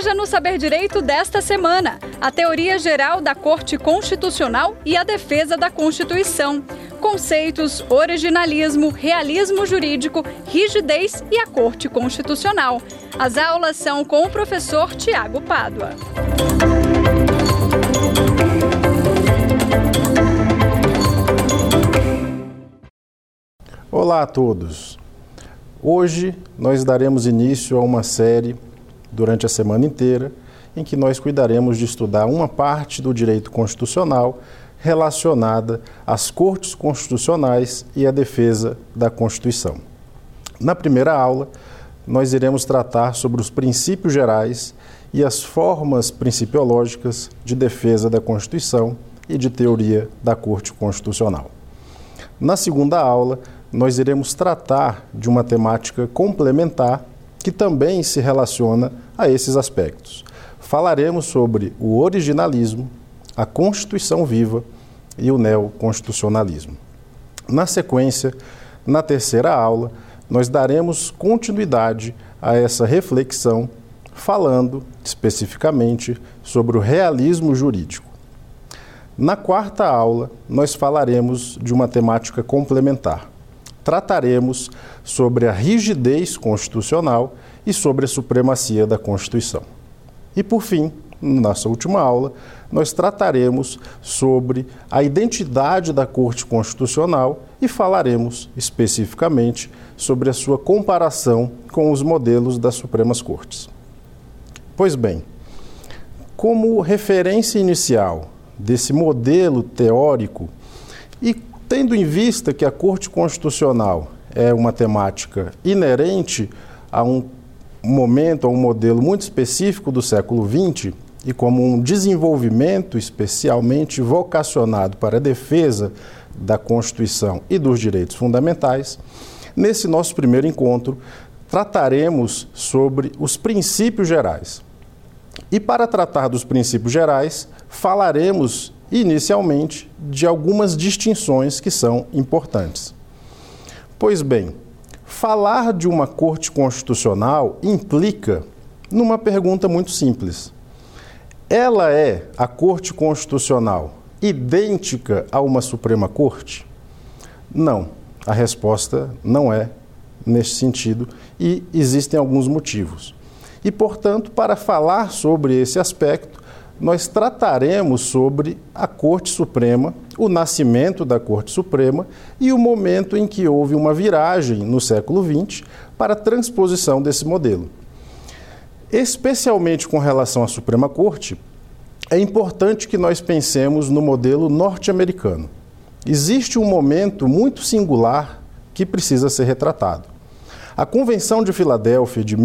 Veja no Saber Direito desta semana a teoria geral da Corte Constitucional e a defesa da Constituição. Conceitos, originalismo, realismo jurídico, rigidez e a Corte Constitucional. As aulas são com o professor Tiago Pádua. Olá a todos! Hoje nós daremos início a uma série durante a semana inteira em que nós cuidaremos de estudar uma parte do direito constitucional relacionada às cortes constitucionais e à defesa da Constituição. Na primeira aula, nós iremos tratar sobre os princípios gerais e as formas principiológicas de defesa da Constituição e de teoria da Corte Constitucional. Na segunda aula, nós iremos tratar de uma temática complementar que também se relaciona a esses aspectos. Falaremos sobre o originalismo, a Constituição viva e o neoconstitucionalismo. Na sequência, na terceira aula, nós daremos continuidade a essa reflexão, falando especificamente sobre o realismo jurídico. Na quarta aula, nós falaremos de uma temática complementar. Trataremos sobre a rigidez constitucional e sobre a supremacia da Constituição. E, por fim, na nossa última aula, nós trataremos sobre a identidade da Corte Constitucional e falaremos especificamente sobre a sua comparação com os modelos das Supremas Cortes. Pois bem, como referência inicial desse modelo teórico e tendo em vista que a Corte Constitucional é uma temática inerente a um momento, a um modelo muito específico do século XX e como um desenvolvimento especialmente vocacionado para a defesa da Constituição e dos direitos fundamentais, nesse nosso primeiro encontro trataremos sobre os princípios gerais. E para tratar dos princípios gerais, falaremos inicialmente de algumas distinções que são importantes. Pois bem, falar de uma Corte Constitucional implica numa pergunta muito simples. Ela é, a Corte Constitucional, idêntica a uma Suprema Corte? Não, a resposta não é nesse sentido e existem alguns motivos. E, portanto, para falar sobre esse aspecto, nós trataremos sobre a Corte Suprema, o nascimento da Corte Suprema e o momento em que houve uma viragem no século XX para a transposição desse modelo. Especialmente com relação à Suprema Corte, é importante que nós pensemos no modelo norte-americano. Existe um momento muito singular que precisa ser retratado. A Convenção de Filadélfia de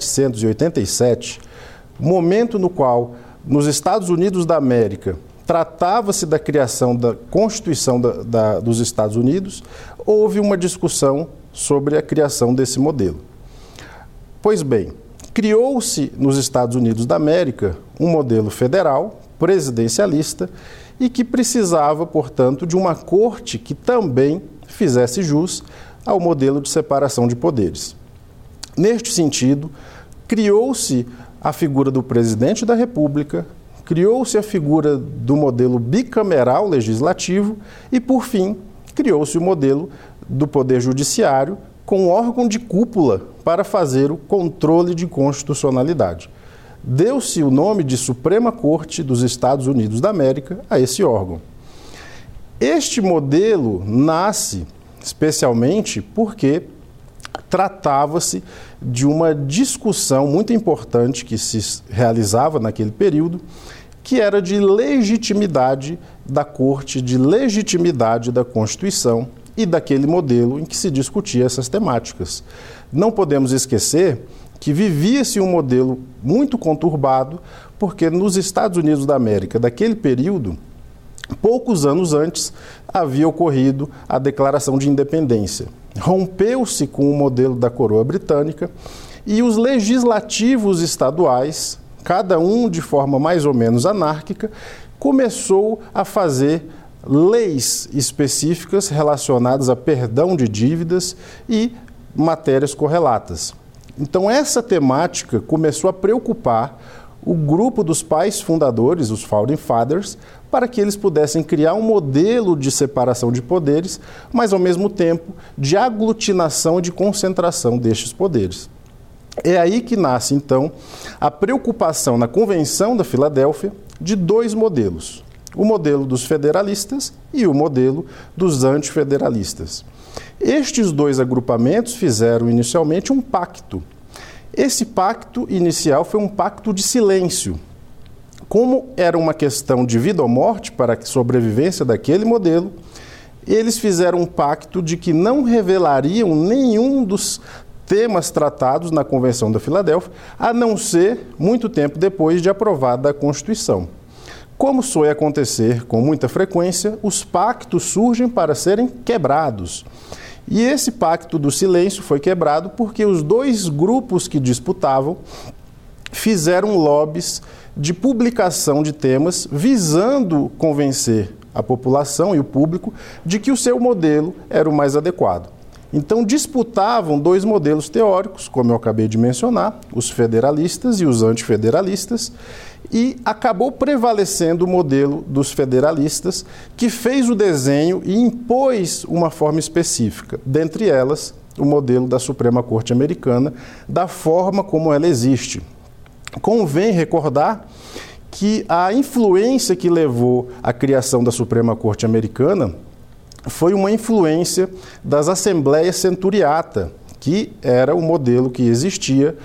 1787, momento no qual nos Estados Unidos da América tratava-se da criação da Constituição dos Estados Unidos, houve uma discussão sobre a criação desse modelo. Pois bem, criou-se nos Estados Unidos da América um modelo federal, presidencialista, e que precisava, portanto, de uma corte que também fizesse jus ao modelo de separação de poderes. Neste sentido, criou-se a figura do presidente da República, criou-se a figura do modelo bicameral legislativo e, por fim, criou-se o modelo do Poder Judiciário com um órgão de cúpula para fazer o controle de constitucionalidade. Deu-se o nome de Suprema Corte dos Estados Unidos da América a esse órgão. Este modelo nasce especialmente porque tratava-se de uma discussão muito importante que se realizava naquele período, que era de legitimidade da Corte, de legitimidade da Constituição e daquele modelo em que se discutia essas temáticas. Não podemos esquecer que vivia-se um modelo muito conturbado, porque nos Estados Unidos da América, daquele período, poucos anos antes, havia ocorrido a Declaração de Independência. Rompeu-se com o modelo da coroa britânica e os legislativos estaduais, cada um de forma mais ou menos anárquica, começou a fazer leis específicas relacionadas a perdão de dívidas e matérias correlatas. Então, essa temática começou a preocupar o grupo dos pais fundadores, os Founding Fathers, para que eles pudessem criar um modelo de separação de poderes, mas ao mesmo tempo de aglutinação e de concentração destes poderes. É aí que nasce, então, a preocupação na Convenção da Filadélfia de dois modelos: o modelo dos federalistas e o modelo dos antifederalistas. Estes dois agrupamentos fizeram inicialmente um pacto. Esse pacto inicial foi um pacto de silêncio. Como era uma questão de vida ou morte para a sobrevivência daquele modelo, eles fizeram um pacto de que não revelariam nenhum dos temas tratados na Convenção da Filadélfia, a não ser muito tempo depois de aprovada a Constituição. Como soe acontecer com muita frequência, os pactos surgem para serem quebrados. E esse pacto do silêncio foi quebrado porque os dois grupos que disputavam fizeram lobbies de publicação de temas visando convencer a população e o público de que o seu modelo era o mais adequado. Então disputavam dois modelos teóricos, como eu acabei de mencionar, os federalistas e os antifederalistas, e acabou prevalecendo o modelo dos federalistas, que fez o desenho e impôs uma forma específica, dentre elas o modelo da Suprema Corte Americana, da forma como ela existe. Convém recordar que a influência que levou à criação da Suprema Corte Americana foi uma influência das Assembleias Centuriata, que era o modelo que existia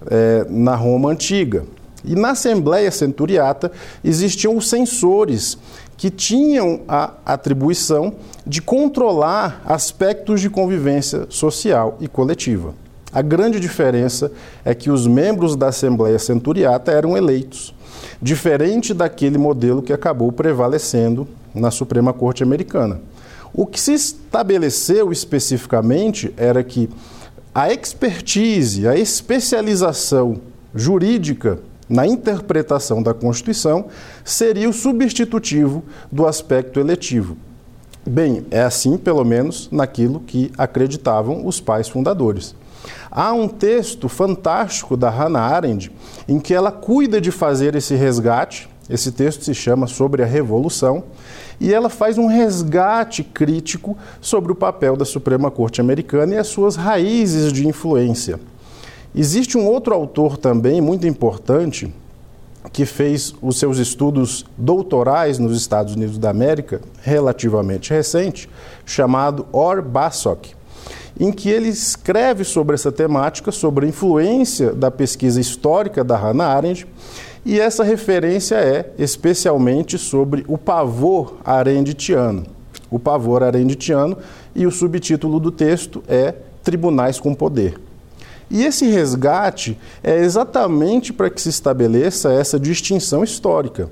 na Roma Antiga. E na Assembleia Centuriata existiam os censores, que tinham a atribuição de controlar aspectos de convivência social e coletiva. A grande diferença é que os membros da Assembleia Centuriata eram eleitos, diferente daquele modelo que acabou prevalecendo na Suprema Corte Americana. O que se estabeleceu especificamente era que a expertise, a especialização jurídica na interpretação da Constituição seria o substitutivo do aspecto eletivo. Bem, é assim, pelo menos, naquilo que acreditavam os pais fundadores. Há um texto fantástico da Hannah Arendt em que ela cuida de fazer esse resgate. Esse texto se chama Sobre a Revolução, e ela faz um resgate crítico sobre o papel da Suprema Corte Americana e as suas raízes de influência. Existe um outro autor também muito importante que fez os seus estudos doutorais nos Estados Unidos da América, relativamente recente, chamado Or Basok, em que ele escreve sobre essa temática, sobre a influência da pesquisa histórica da Hannah Arendt, e essa referência é especialmente sobre o pavor arendtiano. O pavor arendtiano, e o subtítulo do texto é Tribunais com Poder. E esse resgate é exatamente para que se estabeleça essa distinção histórica.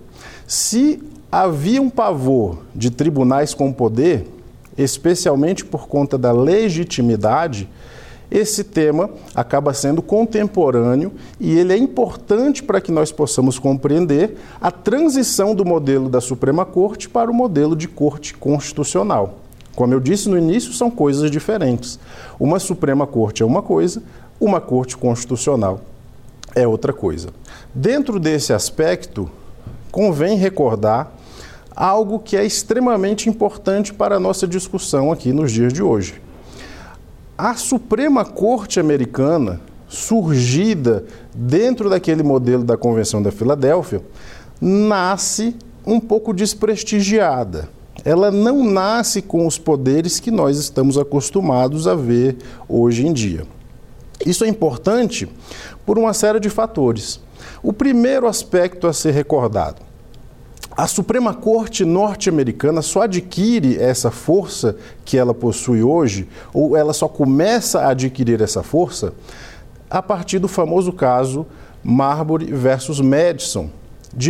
Se havia um pavor de tribunais com poder, especialmente por conta da legitimidade, esse tema acaba sendo contemporâneo e ele é importante para que nós possamos compreender a transição do modelo da Suprema Corte para o modelo de Corte Constitucional. Como eu disse no início, são coisas diferentes. Uma Suprema Corte é uma coisa, uma Corte Constitucional é outra coisa. Dentro desse aspecto, convém recordar algo que é extremamente importante para a nossa discussão aqui nos dias de hoje. A Suprema Corte Americana, surgida dentro daquele modelo da Convenção da Filadélfia, nasce um pouco desprestigiada. Ela não nasce com os poderes que nós estamos acostumados a ver hoje em dia. Isso é importante por uma série de fatores. O primeiro aspecto a ser recordado: a Suprema Corte norte-americana só adquire essa força que ela possui hoje, ou ela só começa a adquirir essa força, a partir do famoso caso Marbury versus Madison, de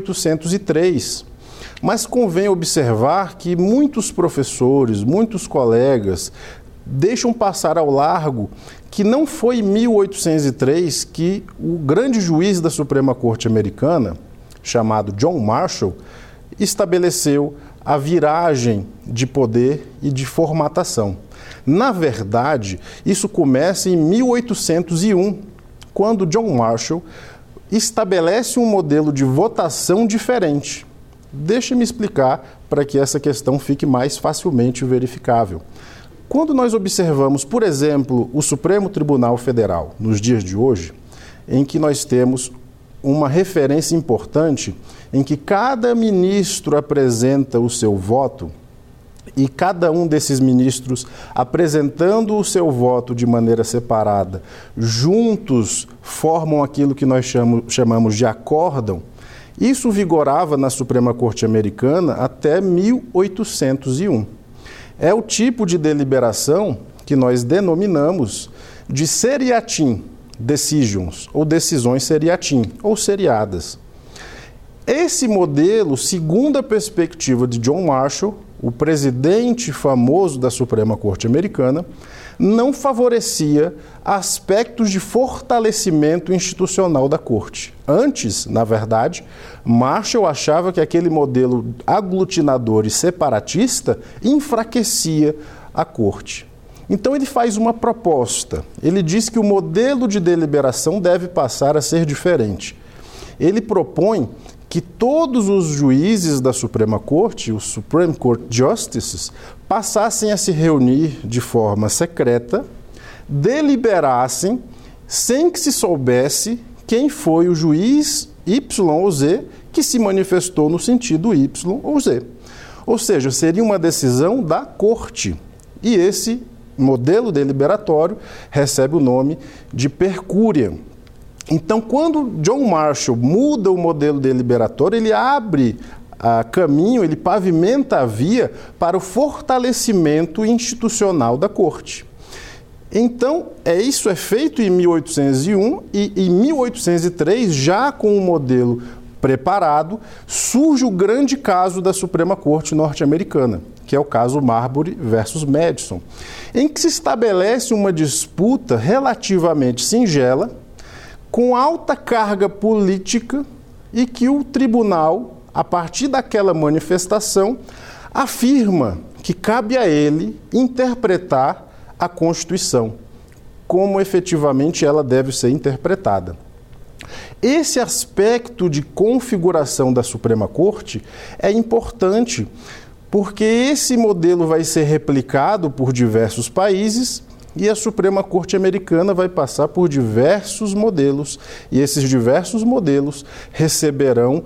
1803. Mas convém observar que muitos professores, muitos colegas, deixam passar ao largo que não foi em 1803 que o grande juiz da Suprema Corte Americana, chamado John Marshall, estabeleceu a viragem de poder e de formatação. Na verdade, isso começa em 1801, quando John Marshall estabelece um modelo de votação diferente. Deixe-me explicar para que essa questão fique mais facilmente verificável. Quando nós observamos, por exemplo, o Supremo Tribunal Federal, nos dias de hoje, em que nós temos uma referência importante, em que cada ministro apresenta o seu voto, e cada um desses ministros apresentando o seu voto de maneira separada, juntos formam aquilo que nós chamamos de acórdão. Isso vigorava na Suprema Corte Americana até 1801. É o tipo de deliberação que nós denominamos de seriatim decisions, ou decisões seriatim, ou seriadas. Esse modelo, segundo a perspectiva de John Marshall, o presidente famoso da Suprema Corte Americana, não favorecia aspectos de fortalecimento institucional da Corte. Antes, na verdade, Marshall achava que aquele modelo aglutinador e separatista enfraquecia a Corte. Então ele faz uma proposta. Ele diz que o modelo de deliberação deve passar a ser diferente. Ele propõe que todos os juízes da Suprema Corte, os Supreme Court Justices, passassem a se reunir de forma secreta, deliberassem sem que se soubesse quem foi o juiz Y ou Z que se manifestou no sentido Y ou Z. Ou seja, seria uma decisão da Corte. E esse modelo deliberatório recebe o nome de per curiam. Então, quando John Marshall muda o modelo deliberatório, ele abre caminho, ele pavimenta a via para o fortalecimento institucional da Corte. Então, isso é feito em 1801 e em 1803, já com o modelo preparado, surge o grande caso da Suprema Corte norte-americana, que é o caso Marbury versus Madison, em que se estabelece uma disputa relativamente singela, com alta carga política, e que o tribunal, a partir daquela manifestação, afirma que cabe a ele interpretar a Constituição, como efetivamente ela deve ser interpretada. Esse aspecto de configuração da Suprema Corte é importante, porque esse modelo vai ser replicado por diversos países, e a Suprema Corte Americana vai passar por diversos modelos, e esses diversos modelos receberão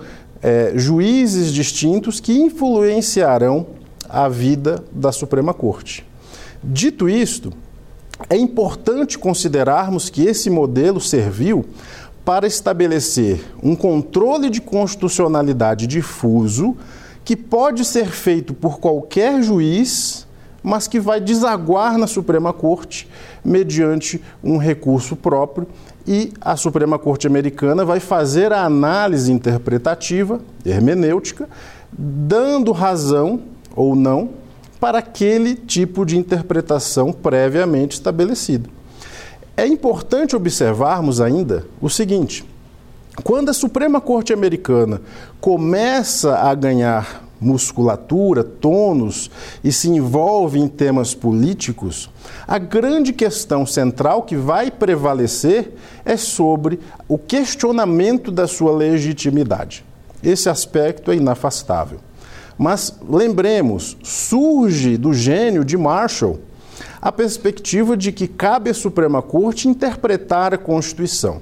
juízes distintos que influenciarão a vida da Suprema Corte. Dito isto, é importante considerarmos que esse modelo serviu para estabelecer um controle de constitucionalidade difuso que pode ser feito por qualquer juiz, mas que vai desaguar na Suprema Corte mediante um recurso próprio, e a Suprema Corte Americana vai fazer a análise interpretativa, hermenêutica, dando razão ou não para aquele tipo de interpretação previamente estabelecido. É importante observarmos ainda o seguinte: quando a Suprema Corte Americana começa a ganhar musculatura, tônus e se envolve em temas políticos, a grande questão central que vai prevalecer é sobre o questionamento da sua legitimidade. Esse aspecto é inafastável. Mas lembremos, surge do gênio de Marshall a perspectiva de que cabe à Suprema Corte interpretar a Constituição.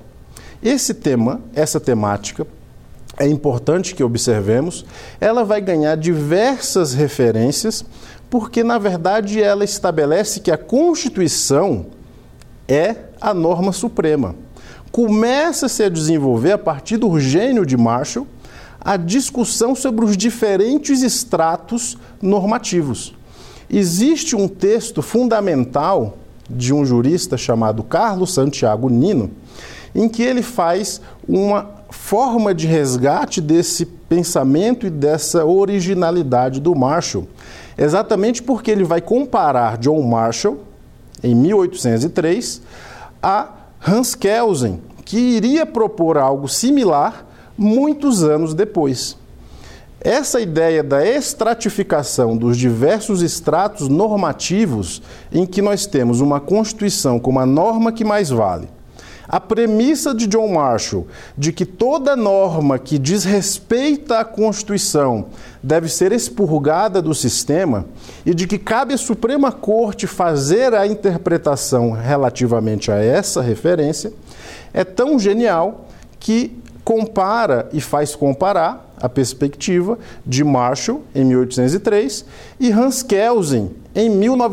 Essa temática, é importante que observemos, ela vai ganhar diversas referências, porque, na verdade, ela estabelece que a Constituição é a norma suprema. Começa-se a desenvolver, a partir do gênio de Marshall, a discussão sobre os diferentes estratos normativos. Existe um texto fundamental de um jurista chamado Carlos Santiago Nino, em que ele faz uma forma de resgate desse pensamento e dessa originalidade do Marshall, exatamente porque ele vai comparar John Marshall, em 1803, a Hans Kelsen, que iria propor algo similar muitos anos depois. Essa ideia da estratificação dos diversos estratos normativos, em que nós temos uma Constituição como a norma que mais vale, A premissa de John Marshall de que toda norma que diz respeito à Constituição deve ser expurgada do sistema e de que cabe à Suprema Corte fazer a interpretação relativamente a essa referência é tão genial que compara e faz comparar a perspectiva de Marshall, em 1803, e Hans Kelsen, em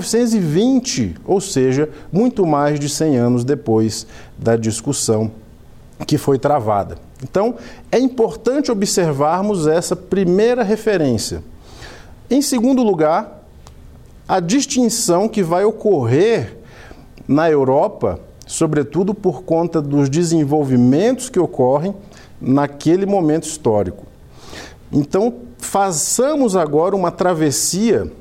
1920, ou seja, muito mais de 100 anos depois da discussão que foi travada. Então, é importante observarmos essa primeira referência. Em segundo lugar, a distinção que vai ocorrer na Europa, sobretudo por conta dos desenvolvimentos que ocorrem naquele momento histórico. Então, façamos agora uma travessia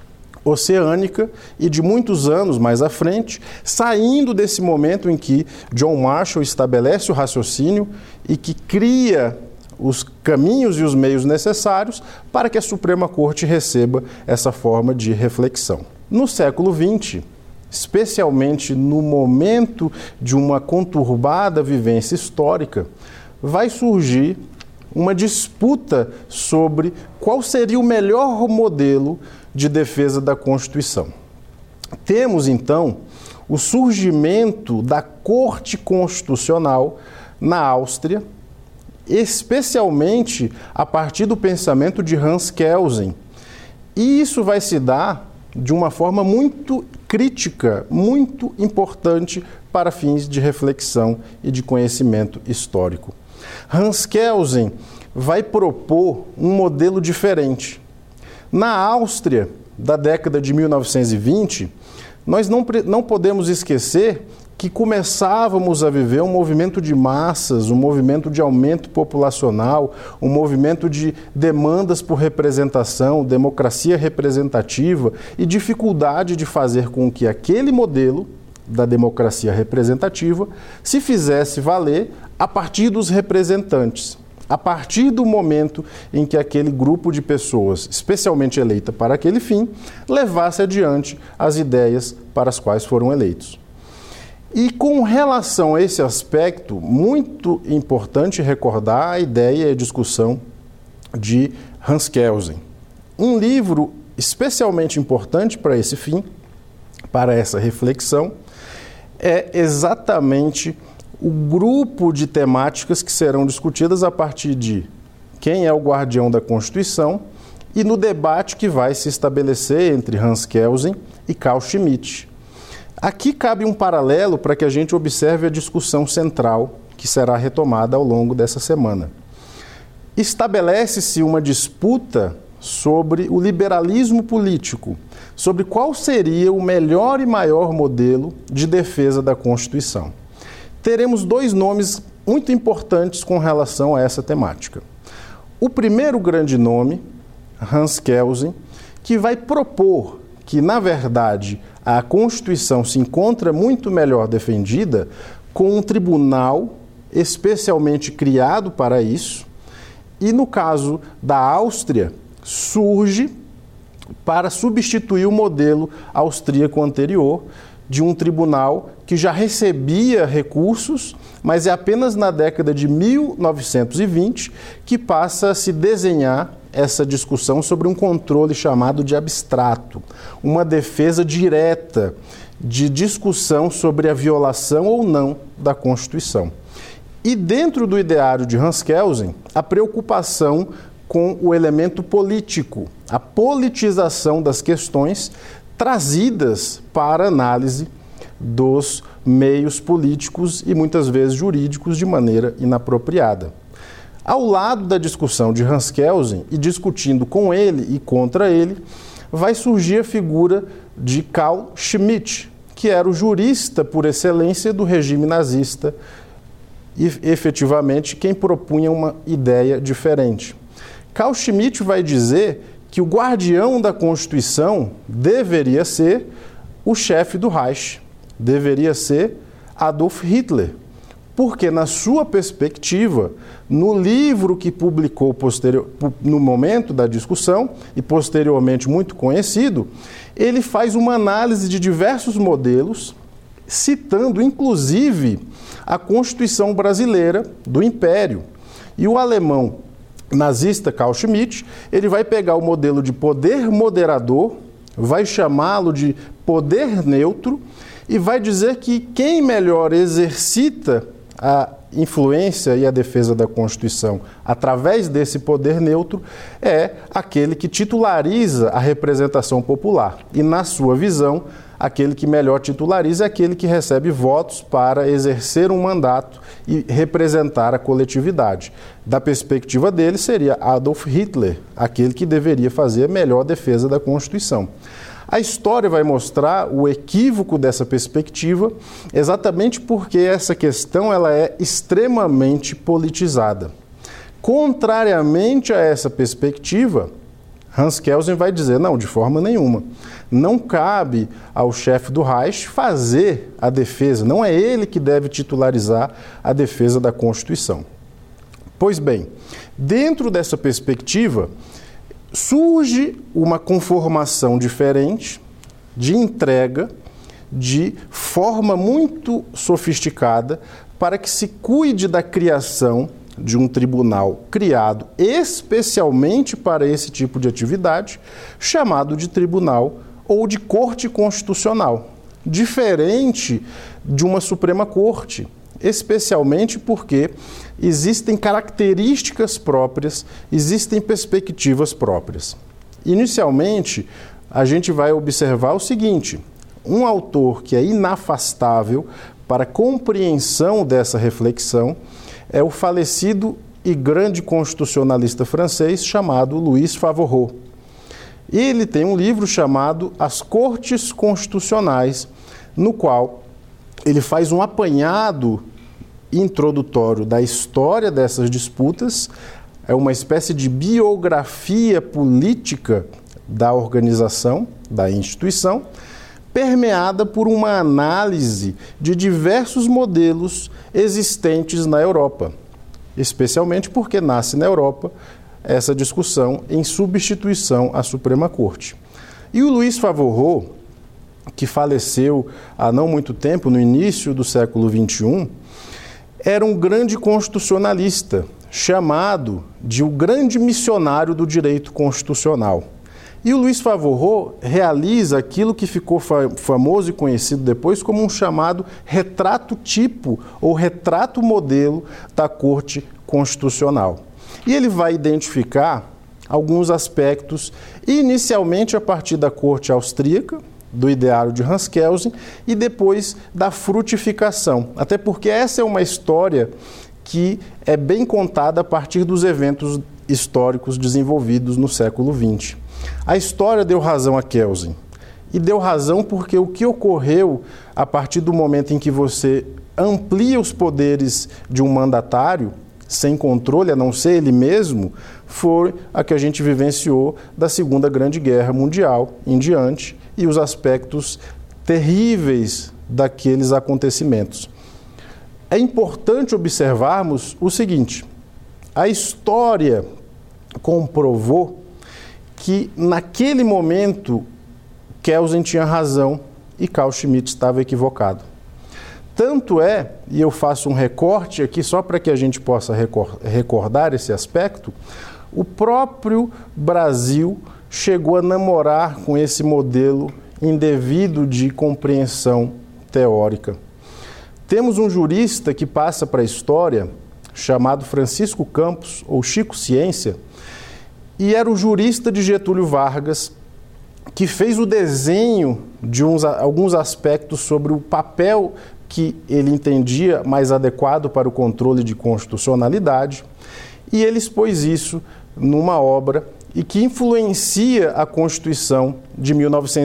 oceânica e de muitos anos mais à frente, saindo desse momento em que John Marshall estabelece o raciocínio e que cria os caminhos e os meios necessários para que a Suprema Corte receba essa forma de reflexão. No século XX, especialmente no momento de uma conturbada vivência histórica, vai surgir uma disputa sobre qual seria o melhor modelo de defesa da Constituição. Temos, então, o surgimento da Corte Constitucional na Áustria, especialmente a partir do pensamento de Hans Kelsen. E isso vai se dar de uma forma muito crítica, muito importante para fins de reflexão e de conhecimento histórico. Hans Kelsen vai propor um modelo diferente. Na Áustria, da década de 1920, nós não podemos esquecer que começávamos a viver um movimento de massas, um movimento de aumento populacional, um movimento de demandas por representação, democracia representativa e dificuldade de fazer com que aquele modelo da democracia representativa se fizesse valer a partir dos representantes, a partir do momento em que aquele grupo de pessoas, especialmente eleita para aquele fim, levasse adiante as ideias para as quais foram eleitos. E com relação a esse aspecto, muito importante recordar a ideia e a discussão de Hans Kelsen. Um livro especialmente importante para esse fim, para essa reflexão, é exatamente o grupo de temáticas que serão discutidas a partir de quem é o guardião da Constituição e no debate que vai se estabelecer entre Hans Kelsen e Carl Schmitt. Aqui cabe um paralelo para que a gente observe a discussão central que será retomada ao longo dessa semana. Estabelece-se uma disputa sobre o liberalismo político, sobre qual seria o melhor e maior modelo de defesa da Constituição. Teremos dois nomes muito importantes com relação a essa temática. O primeiro grande nome, Hans Kelsen, que vai propor que, na verdade, a Constituição se encontra muito melhor defendida com um tribunal especialmente criado para isso, e no caso da Áustria, surge para substituir o modelo austríaco anterior de um tribunal que já recebia recursos, mas é apenas na década de 1920 que passa a se desenhar essa discussão sobre um controle chamado de abstrato, uma defesa direta de discussão sobre a violação ou não da Constituição. E dentro do ideário de Hans Kelsen, a preocupação com o elemento político, a politização das questões trazidas para análise dos meios políticos e muitas vezes jurídicos de maneira inapropriada. Ao lado da discussão de Hans Kelsen e discutindo com ele e contra ele, vai surgir a figura de Carl Schmitt, que era o jurista por excelência do regime nazista e efetivamente quem propunha uma ideia diferente. Carl Schmitt vai dizer que o guardião da Constituição deveria ser o chefe do Reich, deveria ser Adolf Hitler, porque na sua perspectiva, no livro que publicou no momento da discussão e posteriormente muito conhecido, ele faz uma análise de diversos modelos, citando inclusive a Constituição brasileira do Império. E o alemão nazista Carl Schmitt, ele vai pegar o modelo de poder moderador, vai chamá-lo de poder neutro e vai dizer que quem melhor exercita a influência e a defesa da Constituição através desse poder neutro é aquele que titulariza a representação popular. E, na sua visão, aquele que melhor titulariza é aquele que recebe votos para exercer um mandato e representar a coletividade. Da perspectiva dele, seria Adolf Hitler, aquele que deveria fazer a melhor defesa da Constituição. A história vai mostrar o equívoco dessa perspectiva, exatamente porque essa questão ela é extremamente politizada. Contrariamente a essa perspectiva, Hans Kelsen vai dizer, não, de forma nenhuma. Não cabe ao chefe do Reich fazer a defesa, não é ele que deve titularizar a defesa da Constituição. Pois bem, dentro dessa perspectiva, surge uma conformação diferente de entrega, de forma muito sofisticada, para que se cuide da criação de um tribunal criado especialmente para esse tipo de atividade, chamado de tribunal ou de corte constitucional, diferente de uma Suprema Corte, especialmente porque existem características próprias, existem perspectivas próprias. Inicialmente, a gente vai observar o seguinte: um autor que é inafastável para a compreensão dessa reflexão é o falecido e grande constitucionalista francês chamado Louis Favorot. Ele tem um livro chamado As Cortes Constitucionais, no qual ele faz um apanhado introdutório da história dessas disputas, é uma espécie de biografia política da organização, da instituição, permeada por uma análise de diversos modelos existentes na Europa, especialmente porque nasce na Europa essa discussão em substituição à Suprema Corte. E o Louis Favorot, que faleceu há não muito tempo, no início do século XXI, era um grande constitucionalista, chamado de o grande missionário do direito constitucional. E o Louis Favorot realiza aquilo que ficou famoso e conhecido depois como um chamado retrato tipo ou retrato modelo da Corte Constitucional. E ele vai identificar alguns aspectos, inicialmente a partir da Corte Austríaca, do ideário de Hans Kelsen, e depois da frutificação. Até porque essa é uma história que é bem contada a partir dos eventos históricos desenvolvidos no século XX. A história deu razão a Kelsen. E deu razão porque o que ocorreu a partir do momento em que você amplia os poderes de um mandatário, sem controle, a não ser ele mesmo, foi a que a gente vivenciou da Segunda Grande Guerra Mundial em diante e os aspectos terríveis daqueles acontecimentos. É importante observarmos o seguinte: a história comprovou que naquele momento Kelsen tinha razão e Carl Schmitt estava equivocado. Tanto é, e eu faço um recorte aqui só para que a gente possa recordar esse aspecto, o próprio Brasil chegou a namorar com esse modelo indevido de compreensão teórica. Temos um jurista que passa para a história, chamado Francisco Campos, ou Chico Ciência, e era o jurista de Getúlio Vargas, que fez o desenho de alguns aspectos sobre o papel que ele entendia mais adequado para o controle de constitucionalidade, e ele expôs isso numa obra e que influencia a Constituição de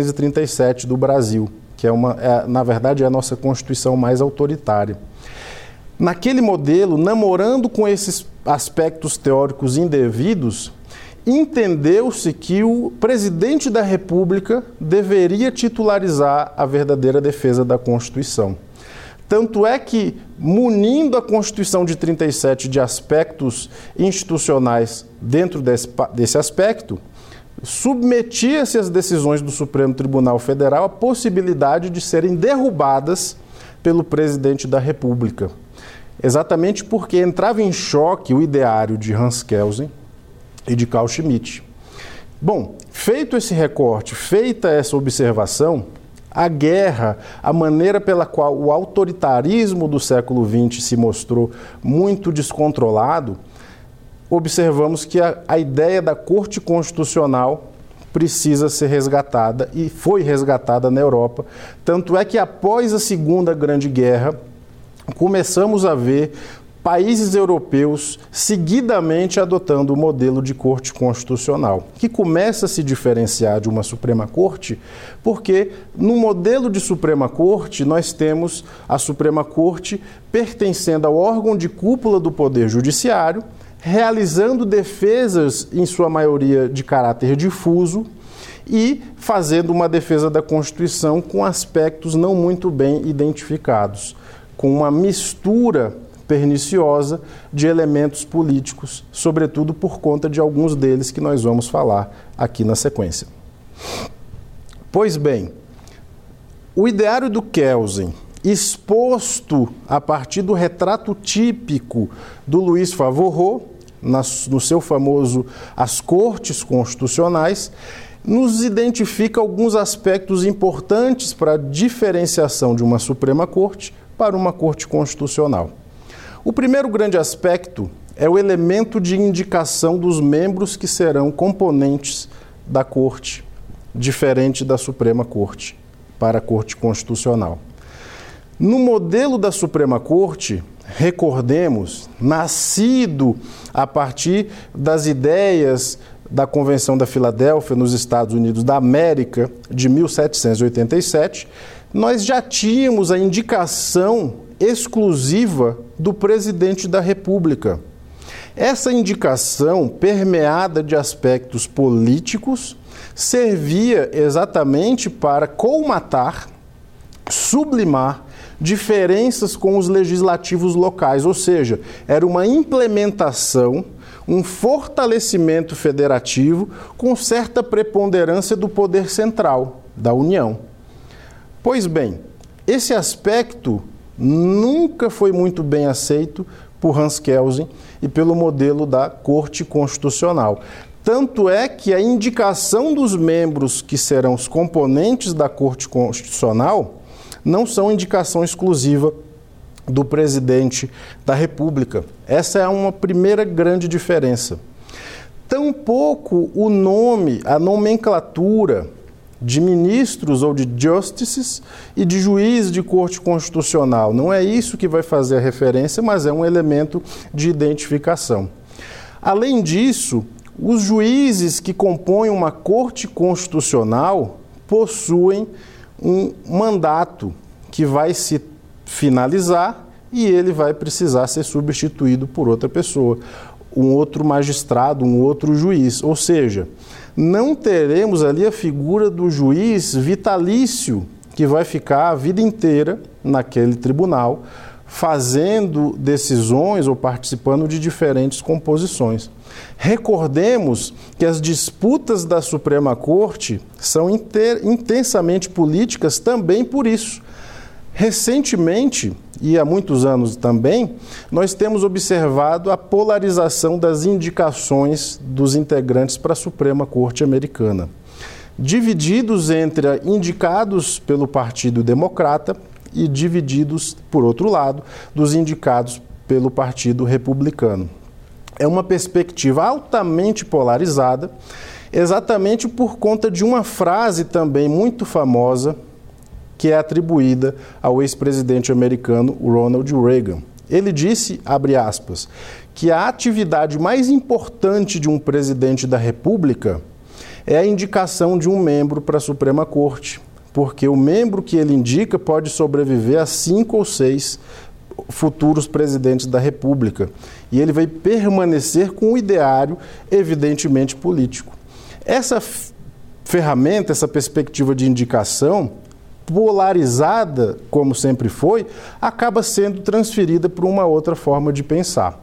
1937 do Brasil, que na verdade, é a nossa Constituição mais autoritária. Naquele modelo, namorando com esses aspectos teóricos indevidos, entendeu-se que o presidente da República deveria titularizar a verdadeira defesa da Constituição. Tanto é que, munindo a Constituição de 37 de aspectos institucionais dentro desse aspecto, submetia-se às decisões do Supremo Tribunal Federal a possibilidade de serem derrubadas pelo presidente da República. exatamente porque entrava em choque o ideário de Hans Kelsen e de Carl Schmitt. Bom, feito esse recorte, feita essa observação, a guerra, a maneira pela qual o autoritarismo do século XX se mostrou muito descontrolado, observamos que a ideia da Corte Constitucional precisa ser resgatada e foi resgatada na Europa. Tanto é que após a Segunda Grande Guerra, começamos a ver países europeus seguidamente adotando o modelo de Corte Constitucional, que começa a se diferenciar de uma Suprema Corte, porque no modelo de Suprema Corte nós temos a Suprema Corte pertencendo ao órgão de cúpula do Poder Judiciário, realizando defesas, em sua maioria, de caráter difuso e fazendo uma defesa da Constituição com aspectos não muito bem identificados, com uma mistura perniciosa de elementos políticos, sobretudo por conta de alguns deles que nós vamos falar aqui na sequência. Pois bem, o ideário do Kelsen, exposto a partir do retrato típico do Luiz Favorot, no seu famoso As Cortes Constitucionais, nos identifica alguns aspectos importantes para a diferenciação de uma Suprema Corte para uma Corte Constitucional. O primeiro grande aspecto é o elemento de indicação dos membros que serão componentes da Corte, diferente da Suprema Corte, para a Corte Constitucional. No modelo da Suprema Corte, recordemos, nascido a partir das ideias da Convenção da Filadélfia nos Estados Unidos da América de 1787, nós já tínhamos a indicação exclusiva do presidente da República. Essa indicação, permeada de aspectos políticos, servia exatamente para colmatar, sublimar diferenças com os legislativos locais, ou seja, era uma implementação, um fortalecimento federativo com certa preponderância do poder central, da União. Pois bem, esse aspecto nunca foi muito bem aceito por Hans Kelsen e pelo modelo da Corte Constitucional. Tanto é que a indicação dos membros que serão os componentes da Corte Constitucional não são indicação exclusiva do presidente da República. Essa é uma primeira grande diferença. Tampouco o nome, a nomenclatura de ministros ou de justices e de juiz de Corte Constitucional. Não é isso que vai fazer a referência, mas é um elemento de identificação. Além disso, os juízes que compõem uma Corte Constitucional possuem um mandato que vai se finalizar e ele vai precisar ser substituído por outra pessoa, um outro magistrado, um outro juiz. Ou seja, não teremos ali a figura do juiz vitalício que vai ficar a vida inteira naquele tribunal, fazendo decisões ou participando de diferentes composições. Recordemos que as disputas da Suprema Corte são intensamente políticas também por isso. Recentemente, e há muitos anos também, nós temos observado a polarização das indicações dos integrantes para a Suprema Corte americana, divididos entre indicados pelo Partido Democrata e divididos, por outro lado, dos indicados pelo Partido Republicano. É uma perspectiva altamente polarizada, exatamente por conta de uma frase também muito famosa que é atribuída ao ex-presidente americano Ronald Reagan. Ele disse, abre aspas, que a atividade mais importante de um presidente da República é a indicação de um membro para a Suprema Corte, porque o membro que ele indica pode sobreviver a 5 ou 6 futuros presidentes da República. E ele vai permanecer com um ideário evidentemente político. Essa ferramenta, essa perspectiva de indicação, polarizada, como sempre foi, acaba sendo transferida para uma outra forma de pensar.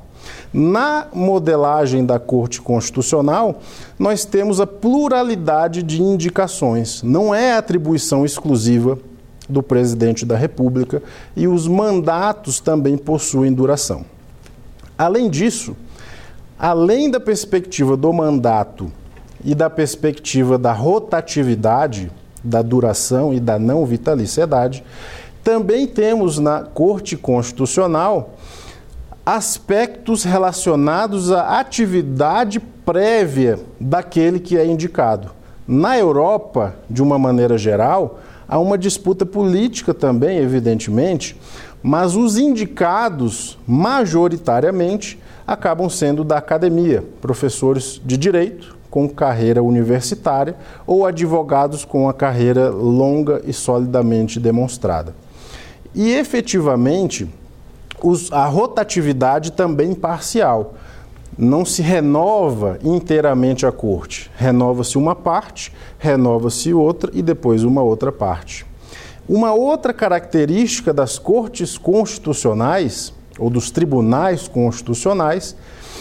Na modelagem da Corte Constitucional, nós temos a pluralidade de indicações. Não é atribuição exclusiva do presidente da República e os mandatos também possuem duração. Além disso, além da perspectiva do mandato e da perspectiva da rotatividade, da duração e da não vitaliciedade, também temos na Corte Constitucional aspectos relacionados à atividade prévia daquele que é indicado. Na Europa, de uma maneira geral, há uma disputa política também, evidentemente, mas os indicados, majoritariamente, acabam sendo da academia, professores de direito com carreira universitária ou advogados com a carreira longa e solidamente demonstrada. E, efetivamente, a rotatividade também parcial. Não se renova inteiramente a corte. Renova-se uma parte, renova-se outra e depois uma outra parte. Uma outra característica das cortes constitucionais, ou dos tribunais constitucionais,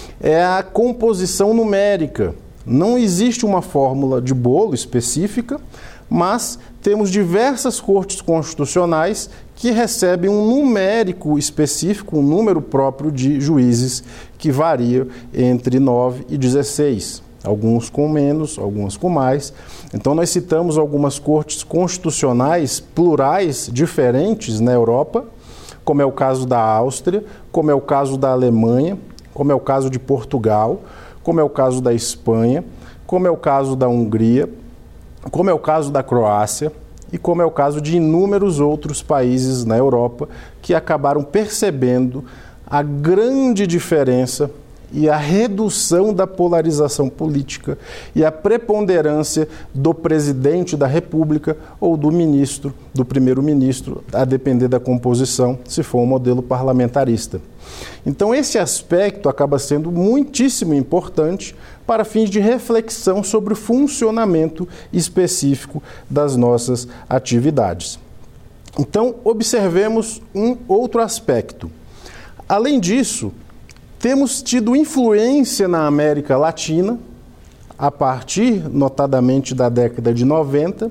é a composição numérica. Não existe uma fórmula de bolo específica, mas temos diversas cortes constitucionais que recebem um numérico específico, um número próprio de juízes que varia entre 9 e 16, alguns com menos, algumas com mais. Então nós citamos algumas cortes constitucionais plurais diferentes na Europa, como é o caso da Áustria, como é o caso da Alemanha, como é o caso de Portugal, como é o caso da Espanha, como é o caso da Hungria, como é o caso da Croácia e como é o caso de inúmeros outros países na Europa que acabaram percebendo a grande diferença e a redução da polarização política e a preponderância do presidente da República ou do ministro, do primeiro-ministro, a depender da composição, se for um modelo parlamentarista. Então, esse aspecto acaba sendo muitíssimo importante para fins de reflexão sobre o funcionamento específico das nossas atividades. Então, observemos um outro aspecto. Além disso, temos tido influência na América Latina, a partir, notadamente, da década de 90,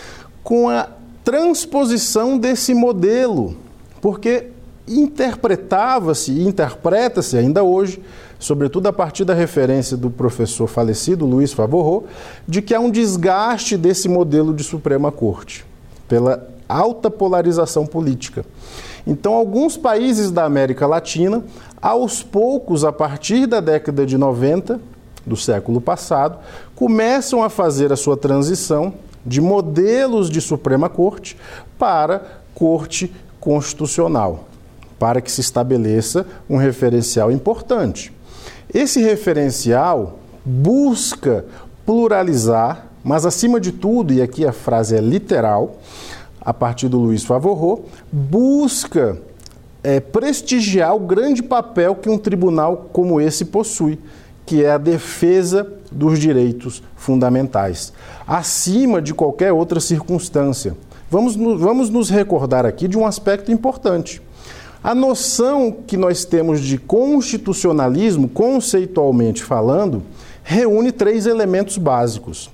com a transposição desse modelo, porque interpretava-se e interpreta-se ainda hoje, sobretudo a partir da referência do professor falecido, Luiz Favorro, de que há um desgaste desse modelo de Suprema Corte, pela alta polarização política. Então, alguns países da América Latina, aos poucos, a partir da década de 90, do século passado, começam a fazer a sua transição de modelos de Suprema Corte para Corte Constitucional, para que se estabeleça um referencial importante. Esse referencial busca pluralizar, mas acima de tudo, e aqui a frase é literal, a partir do Luiz Favorro, busca prestigiar o grande papel que um tribunal como esse possui, que é a defesa dos direitos fundamentais, acima de qualquer outra circunstância. Vamos nos recordar aqui de um aspecto importante. A noção que nós temos de constitucionalismo, conceitualmente falando, reúne 3 elementos básicos.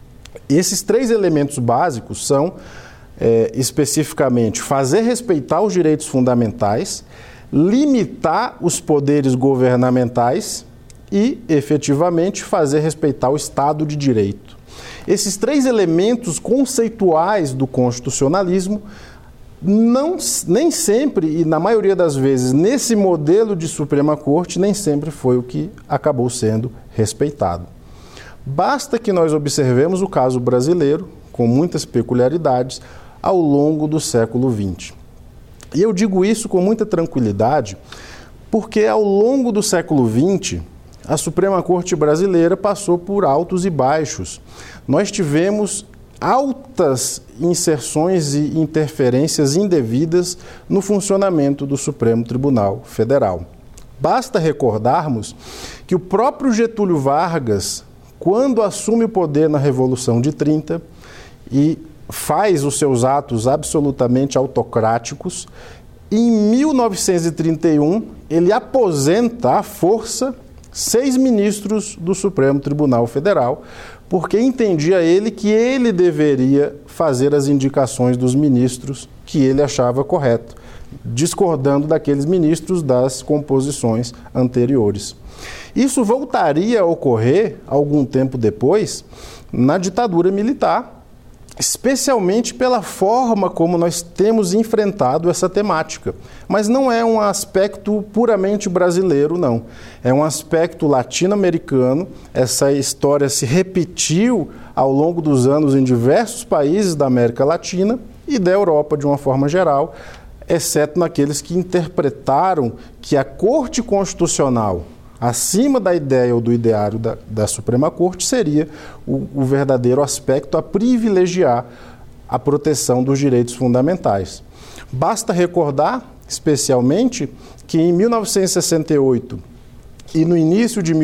Esses 3 elementos básicos são, especificamente, fazer respeitar os direitos fundamentais, limitar os poderes governamentais e, efetivamente, fazer respeitar o Estado de Direito. Esses 3 elementos conceituais do constitucionalismo nem sempre, e na maioria das vezes, nesse modelo de Suprema Corte, nem sempre foi o que acabou sendo respeitado. Basta que nós observemos o caso brasileiro, com muitas peculiaridades, ao longo do século XX. E eu digo isso com muita tranquilidade, porque ao longo do século XX, a Suprema Corte brasileira passou por altos e baixos. Nós tivemos altas inserções e interferências indevidas no funcionamento do Supremo Tribunal Federal. Basta recordarmos que o próprio Getúlio Vargas, quando assume o poder na Revolução de 30 e faz os seus atos absolutamente autocráticos, em 1931 ele aposenta à força 6 ministros do Supremo Tribunal Federal, porque entendia ele que ele deveria fazer as indicações dos ministros que ele achava correto, discordando daqueles ministros das composições anteriores. Isso voltaria a ocorrer algum tempo depois na ditadura militar, especialmente pela forma como nós temos enfrentado essa temática. Mas não é um aspecto puramente brasileiro, não. É um aspecto latino-americano. Essa história se repetiu ao longo dos anos em diversos países da América Latina e da Europa de uma forma geral, exceto naqueles que interpretaram que a Corte Constitucional, acima da ideia ou do ideário da Suprema Corte, seria o verdadeiro aspecto a privilegiar a proteção dos direitos fundamentais. Basta recordar, especialmente, que em 1968 e no início de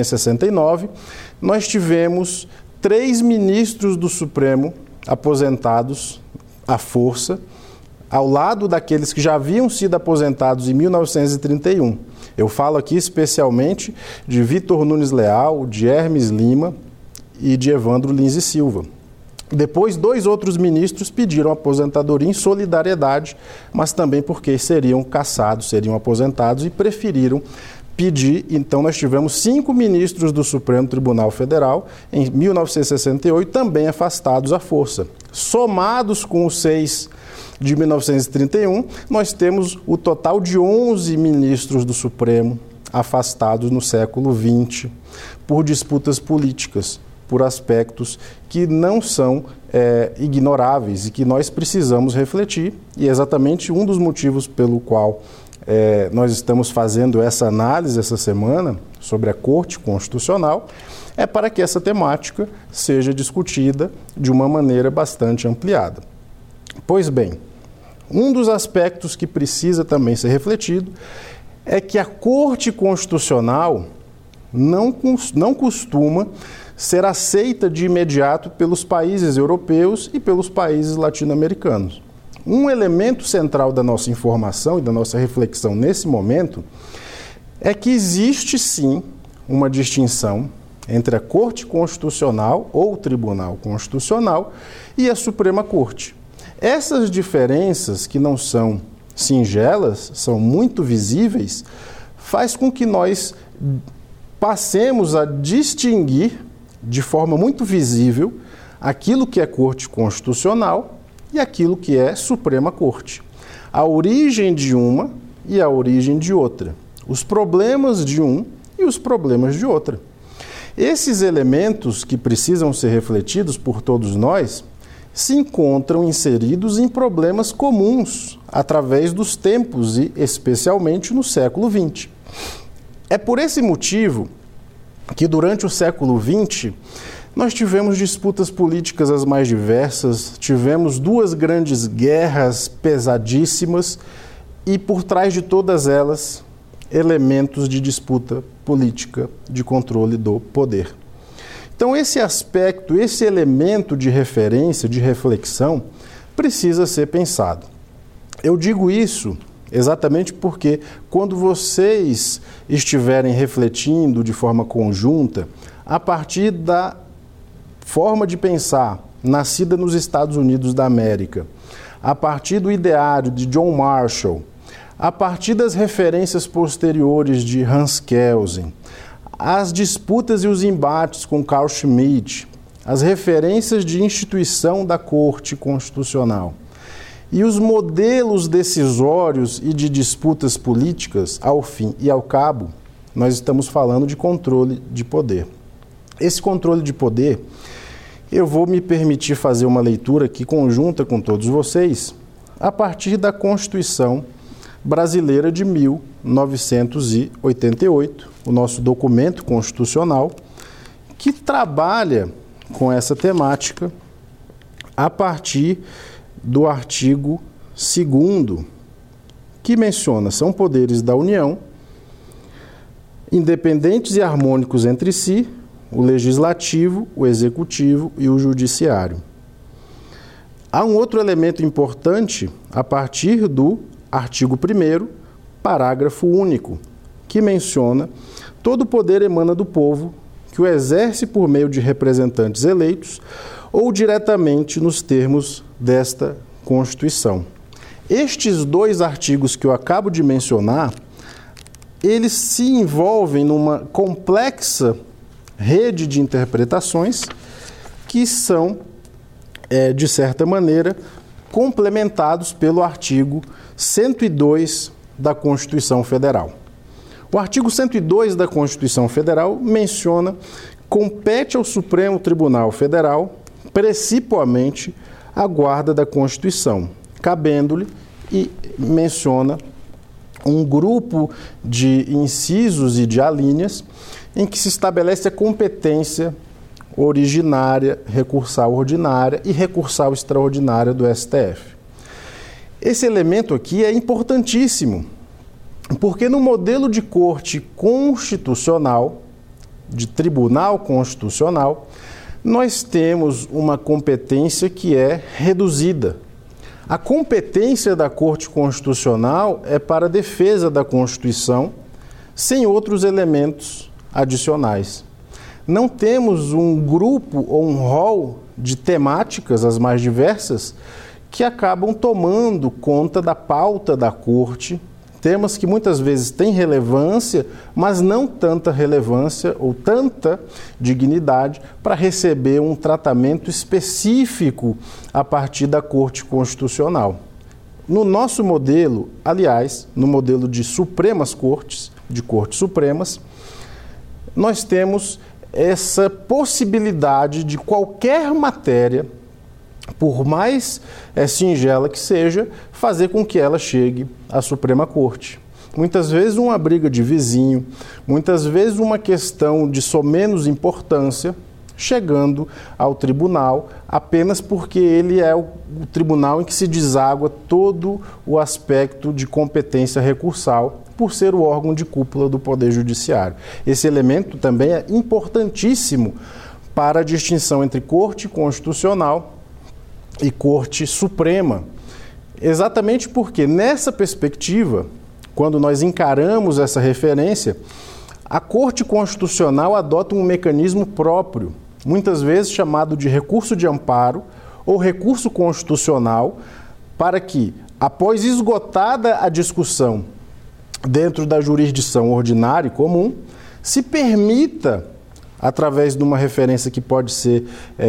1969, nós tivemos 3 ministros do Supremo aposentados à força, ao lado daqueles que já haviam sido aposentados em 1931. Eu falo aqui especialmente de Vitor Nunes Leal, de Hermes Lima e de Evandro Lins e Silva. Depois, 2 outros ministros pediram aposentadoria em solidariedade, mas também porque seriam cassados, seriam aposentados e preferiram pedir. Então, nós tivemos 5 ministros do Supremo Tribunal Federal, em 1968, também afastados à força. Somados com os 6 de 1931, nós temos o total de 11 ministros do Supremo afastados no século XX por disputas políticas, por aspectos que não são ignoráveis e que nós precisamos refletir. E é exatamente um dos motivos pelo qual nós estamos fazendo essa análise essa semana sobre a Corte Constitucional, é para que essa temática seja discutida de uma maneira bastante ampliada. Pois bem, um dos aspectos que precisa também ser refletido é que a Corte Constitucional não costuma ser aceita de imediato pelos países europeus e pelos países latino-americanos. Um elemento central da nossa informação e da nossa reflexão nesse momento é que existe sim uma distinção entre a Corte Constitucional ou o Tribunal Constitucional e a Suprema Corte. Essas diferenças, que não são singelas, são muito visíveis, faz com que nós passemos a distinguir de forma muito visível aquilo que é Corte Constitucional e aquilo que é Suprema Corte. A origem de uma e a origem de outra. Os problemas de um e os problemas de outra. Esses elementos que precisam ser refletidos por todos nós se encontram inseridos em problemas comuns através dos tempos e especialmente no século XX. É por esse motivo que durante o século XX nós tivemos disputas políticas as mais diversas, tivemos 2 grandes guerras pesadíssimas e por trás de todas elas elementos de disputa política, de controle do poder. Então, esse aspecto, esse elemento de referência, de reflexão, precisa ser pensado. Eu digo isso exatamente porque, quando vocês estiverem refletindo de forma conjunta, a partir da forma de pensar nascida nos Estados Unidos da América, a partir do ideário de John Marshall, a partir das referências posteriores de Hans Kelsen, as disputas e os embates com Carl Schmitt, as referências de instituição da Corte Constitucional e os modelos decisórios e de disputas políticas, ao fim e ao cabo, nós estamos falando de controle de poder. Esse controle de poder, eu vou me permitir fazer uma leitura aqui conjunta com todos vocês, a partir da Constituição Brasileira de 1988, o nosso documento constitucional, que trabalha com essa temática a partir do artigo 2º, que menciona: são poderes da União, independentes e harmônicos entre si, o legislativo, o executivo e o judiciário. Há um outro elemento importante a partir do artigo 1º, parágrafo único, que menciona: todo poder emana do povo, que o exerce por meio de representantes eleitos ou diretamente nos termos desta Constituição. Estes dois artigos que eu acabo de mencionar, eles se envolvem numa complexa rede de interpretações que são, de certa maneira, complementados pelo artigo 102 da Constituição Federal. O artigo 102 da Constituição Federal menciona: compete ao Supremo Tribunal Federal, precipuamente, a guarda da Constituição, cabendo-lhe, e menciona um grupo de incisos e de alíneas em que se estabelece a competência originária, recursal ordinária e recursal extraordinária do STF. Esse elemento aqui é importantíssimo, porque no modelo de corte constitucional, de tribunal constitucional, nós temos uma competência que é reduzida. A competência da Corte Constitucional é para a defesa da Constituição, sem outros elementos adicionais. Não temos um grupo ou um rol de temáticas, as mais diversas, que acabam tomando conta da pauta da Corte, temas que muitas vezes têm relevância, mas não tanta relevância ou tanta dignidade para receber um tratamento específico a partir da Corte Constitucional. No nosso modelo, aliás, no modelo de Supremas Cortes, de Cortes Supremas, nós temos essa possibilidade de qualquer matéria, por mais singela que seja, fazer com que ela chegue à Suprema Corte. Muitas vezes uma briga de vizinho, muitas vezes uma questão de somenos importância, chegando ao tribunal apenas porque ele é o tribunal em que se deságua todo o aspecto de competência recursal, por ser o órgão de cúpula do Poder Judiciário. Esse elemento também é importantíssimo para a distinção entre Corte Constitucional e Corte Suprema, exatamente porque nessa perspectiva, quando nós encaramos essa referência, a Corte Constitucional adota um mecanismo próprio, muitas vezes chamado de recurso de amparo ou recurso constitucional, para que, após esgotada a discussão dentro da jurisdição ordinária e comum, se permita, através de uma referência que pode ser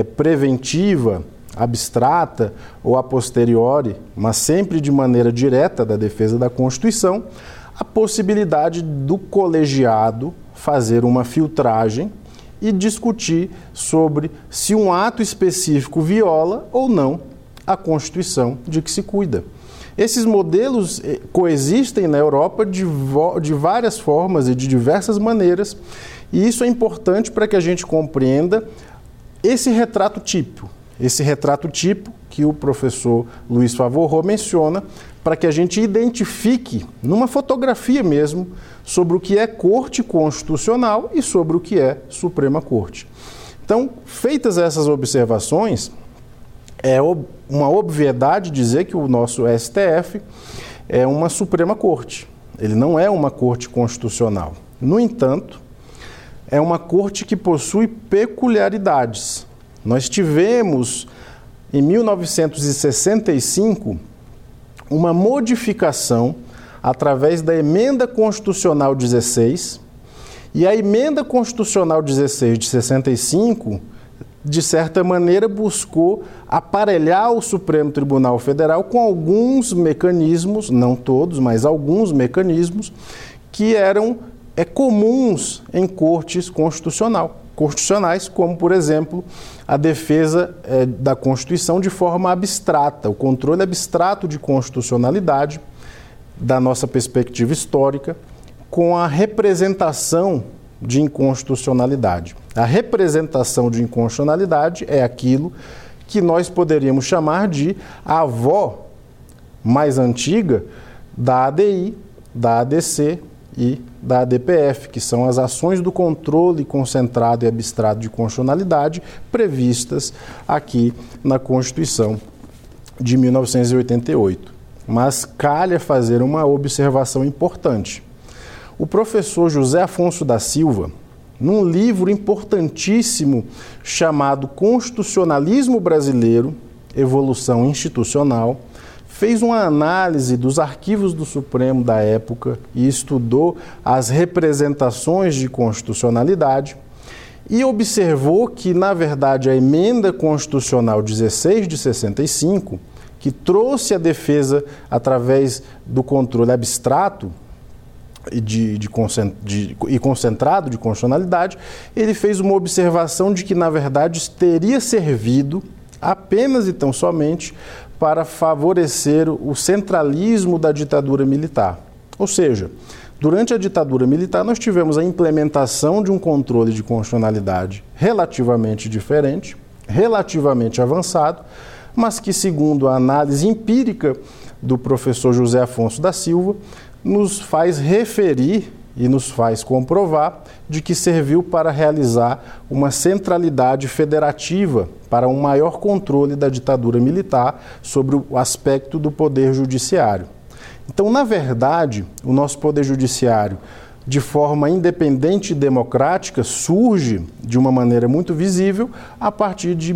preventiva, abstrata ou a posteriori, mas sempre de maneira direta da defesa da Constituição, a possibilidade do colegiado fazer uma filtragem e discutir sobre se um ato específico viola ou não a Constituição de que se cuida. Esses modelos coexistem na Europa de várias formas e de diversas maneiras, e isso é importante para que a gente compreenda esse retrato tipo. Esse retrato tipo que o professor Luiz Favorro menciona, para que a gente identifique, numa fotografia mesmo, sobre o que é Corte Constitucional e sobre o que é Suprema Corte. Então, feitas essas observações, é uma obviedade dizer que o nosso STF é uma Suprema Corte. Ele não é uma Corte Constitucional. No entanto, é uma Corte que possui peculiaridades. Nós tivemos, em 1965, uma modificação através da Emenda Constitucional 16, e a Emenda Constitucional 16 de 65, de certa maneira, buscou aparelhar o Supremo Tribunal Federal com alguns mecanismos, não todos, mas alguns mecanismos, que eram comuns em cortes constitucionais, como, por exemplo, a defesa da Constituição de forma abstrata, o controle abstrato de constitucionalidade, da nossa perspectiva histórica, com a representação de inconstitucionalidade. A representação de inconstitucionalidade é aquilo que nós poderíamos chamar de a avó mais antiga da ADI, da ADC e da ADPF, que são as ações do controle concentrado e abstrato de constitucionalidade previstas aqui na Constituição de 1988. Mas calha fazer uma observação importante. O professor José Afonso da Silva, num livro importantíssimo chamado Constitucionalismo Brasileiro, Evolução Institucional, fez uma análise dos arquivos do Supremo da época e estudou as representações de constitucionalidade e observou que, na verdade, a emenda constitucional 16 de 65, que trouxe a defesa através do controle abstrato e concentrado de constitucionalidade, ele fez uma observação de que, na verdade, teria servido apenas e tão somente para favorecer o centralismo da ditadura militar. Ou seja, durante a ditadura militar, nós tivemos a implementação de um controle de constitucionalidade relativamente diferente, relativamente avançado, mas que, segundo a análise empírica do professor José Afonso da Silva, nos faz referir e nos faz comprovar de que serviu para realizar uma centralidade federativa para um maior controle da ditadura militar sobre o aspecto do poder judiciário. Então, na verdade, o nosso poder judiciário, de forma independente e democrática, surge de uma maneira muito visível a partir de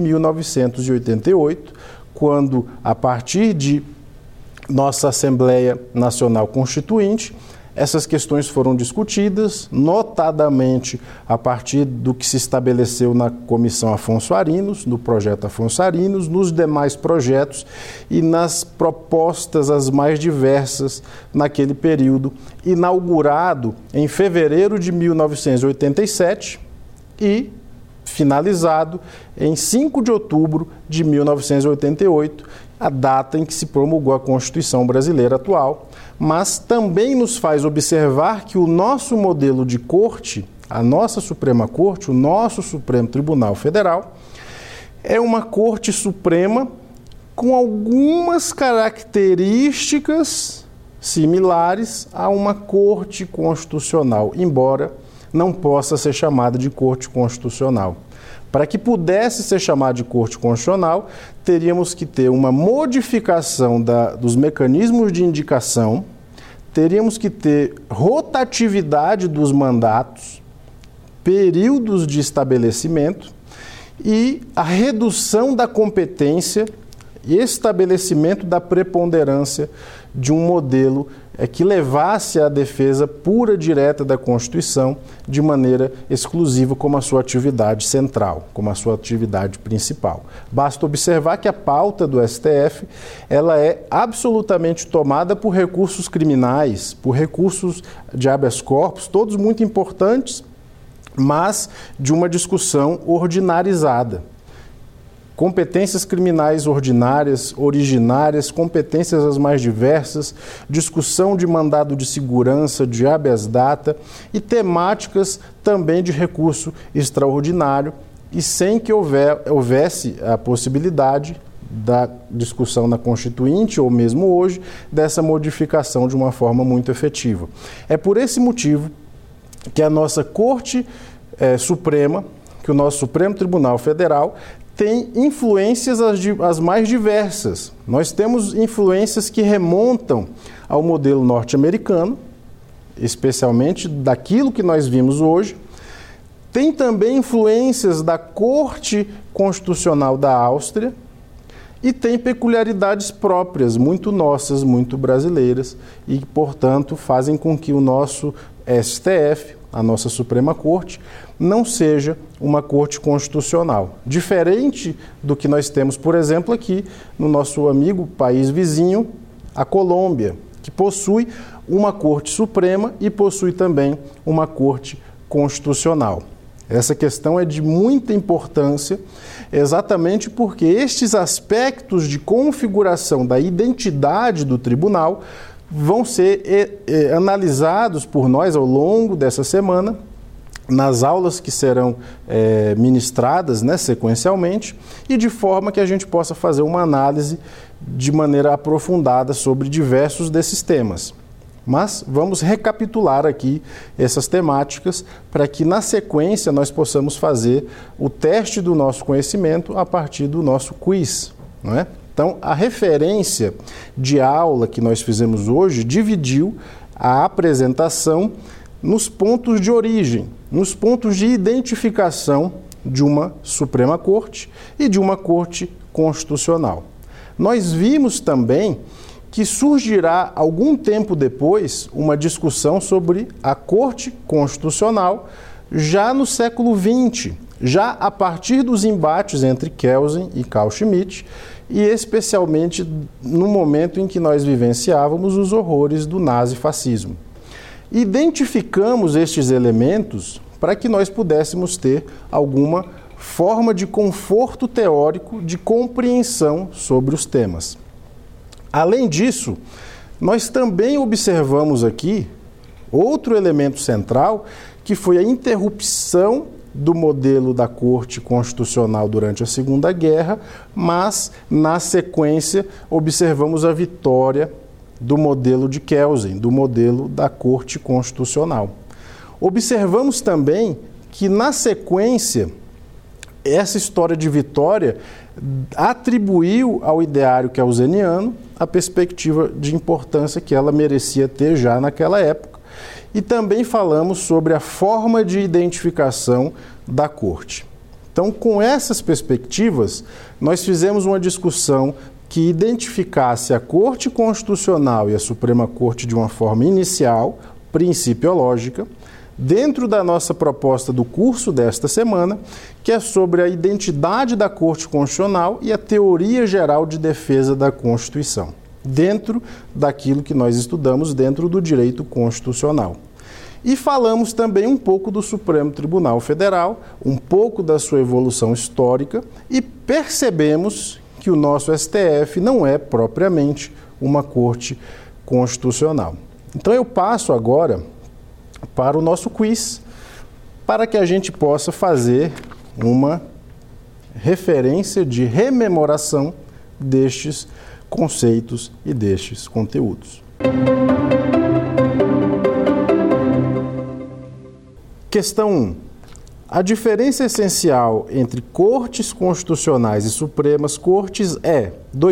1988, quando, a partir de nossa Assembleia Nacional Constituinte, essas questões foram discutidas, notadamente a partir do que se estabeleceu na Comissão Afonso Arinos, no projeto Afonso Arinos, nos demais projetos e nas propostas as mais diversas naquele período, inaugurado em fevereiro de 1987 e finalizado em 5 de outubro de 1988, a data em que se promulgou a Constituição brasileira atual, mas também nos faz observar que o nosso modelo de corte, a nossa Suprema Corte, o nosso Supremo Tribunal Federal, é uma Corte Suprema com algumas características similares a uma Corte Constitucional, embora não possa ser chamada de Corte Constitucional. Para que pudesse ser chamada de Corte Constitucional, teríamos que ter uma modificação dos mecanismos de indicação, teríamos que ter rotatividade dos mandatos, períodos de estabelecimento e a redução da competência e estabelecimento da preponderância de um modelo que levasse à defesa pura e direta da Constituição de maneira exclusiva como a sua atividade central, como a sua atividade principal. Basta observar que a pauta do STF ela é absolutamente tomada por recursos criminais, por recursos de habeas corpus, todos muito importantes, mas de uma discussão ordinarizada. Competências criminais ordinárias, originárias, competências as mais diversas, discussão de mandado de segurança, de habeas data e temáticas também de recurso extraordinário e sem que houvesse a possibilidade da discussão na Constituinte ou mesmo hoje dessa modificação de uma forma muito efetiva. É por esse motivo que a nossa Corte Suprema, que o nosso Supremo Tribunal Federal tem influências as mais diversas. Nós temos influências que remontam ao modelo norte-americano, especialmente daquilo que nós vimos hoje. Tem também influências da Corte Constitucional da Áustria e tem peculiaridades próprias, muito nossas, muito brasileiras, e que, portanto, fazem com que o nosso STF, a nossa Suprema Corte, não seja uma corte constitucional. Diferente do que nós temos, por exemplo, aqui no nosso amigo país vizinho, a Colômbia, que possui uma Corte Suprema e possui também uma Corte Constitucional. Essa questão é de muita importância, exatamente porque estes aspectos de configuração da identidade do tribunal vão ser analisados por nós ao longo dessa semana, nas aulas que serão ministradas, sequencialmente, e de forma que a gente possa fazer uma análise de maneira aprofundada sobre diversos desses temas. Mas vamos recapitular aqui essas temáticas para que na sequência nós possamos fazer o teste do nosso conhecimento a partir do nosso quiz, não é? Então, a referência de aula que nós fizemos hoje dividiu a apresentação nos pontos de origem, nos pontos de identificação de uma Suprema Corte e de uma Corte Constitucional. Nós vimos também que surgirá algum tempo depois uma discussão sobre a Corte Constitucional já no século XX, já a partir dos embates entre Kelsen e Carl Schmitt, e especialmente no momento em que nós vivenciávamos os horrores do nazifascismo. Identificamos estes elementos para que nós pudéssemos ter alguma forma de conforto teórico, de compreensão sobre os temas. Além disso, nós também observamos aqui outro elemento central, que foi a interrupção do modelo da Corte Constitucional durante a Segunda Guerra, mas, na sequência, observamos a vitória do modelo de Kelsen, do modelo da Corte Constitucional. Observamos também que, na sequência, essa história de vitória atribuiu ao ideário kelseniano a perspectiva de importância que ela merecia ter já naquela época. E também falamos sobre a forma de identificação da Corte. Então, com essas perspectivas, nós fizemos uma discussão que identificasse a Corte Constitucional e a Suprema Corte de uma forma inicial, principiológica, dentro da nossa proposta do curso desta semana, que é sobre a identidade da Corte Constitucional e a teoria geral de defesa da Constituição, dentro daquilo que nós estudamos dentro do direito constitucional. E falamos também um pouco do Supremo Tribunal Federal, um pouco da sua evolução histórica, e percebemos que o nosso STF não é propriamente uma corte constitucional. Então eu passo agora para o nosso quiz, para que a gente possa fazer uma referência de rememoração destes conceitos e destes conteúdos. Questão 1. A diferença essencial entre cortes constitucionais e supremas cortes é: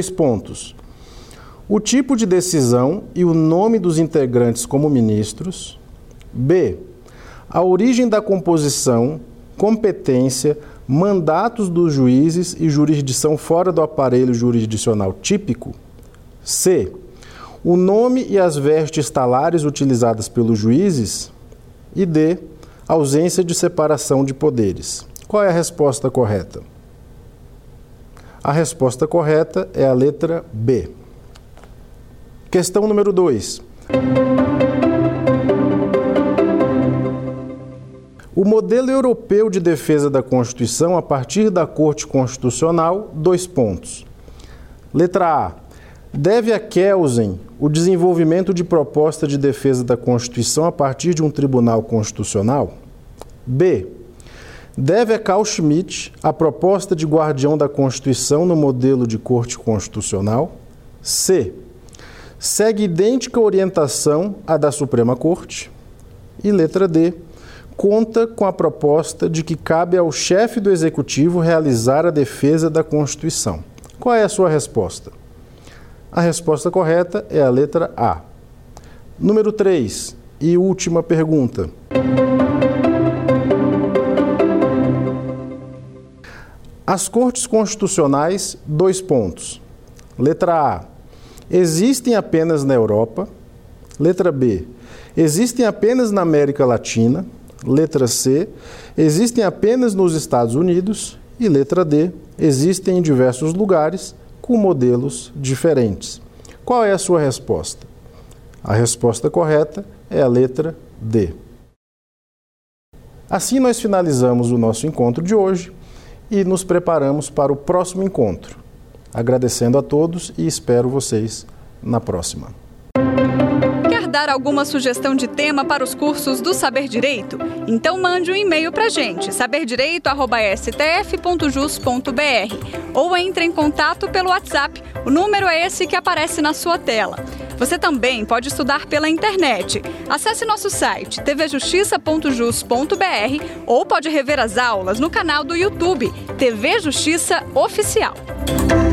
o tipo de decisão e o nome dos integrantes como ministros. B. A origem da composição, competência, mandatos dos juízes e jurisdição fora do aparelho jurisdicional típico. C. O nome e as vestes talares utilizadas pelos juízes. E D. Ausência de separação de poderes. Qual é a resposta correta? A resposta correta é a letra B. Questão número 2. O modelo europeu de defesa da Constituição a partir da Corte Constitucional, Letra A. Deve a Kelsen o desenvolvimento de proposta de defesa da Constituição a partir de um tribunal constitucional? B. Deve a Carl Schmitt a proposta de guardião da Constituição no modelo de Corte Constitucional? C. Segue idêntica orientação à da Suprema Corte? E letra D. Conta com a proposta de que cabe ao chefe do Executivo realizar a defesa da Constituição. Qual é a sua resposta? A resposta correta é a letra A. Número 3 e última pergunta. As Cortes Constitucionais, Letra A. Existem apenas na Europa. Letra B. Existem apenas na América Latina. Letra C. Existem apenas nos Estados Unidos. E letra D. Existem em diversos lugares com modelos diferentes. Qual é a sua resposta? A resposta correta é a letra D. Assim nós finalizamos o nosso encontro de hoje e nos preparamos para o próximo encontro. Agradecendo a todos e espero vocês na próxima. Quer dar alguma sugestão de tema para os cursos do Saber Direito? Então mande um e-mail para a gente, saberdireito@stf.jus.br, ou entre em contato pelo WhatsApp. O número é esse que aparece na sua tela. Você também pode estudar pela internet. Acesse nosso site tvjustiça.jus.br ou pode rever as aulas no canal do YouTube TV Justiça Oficial.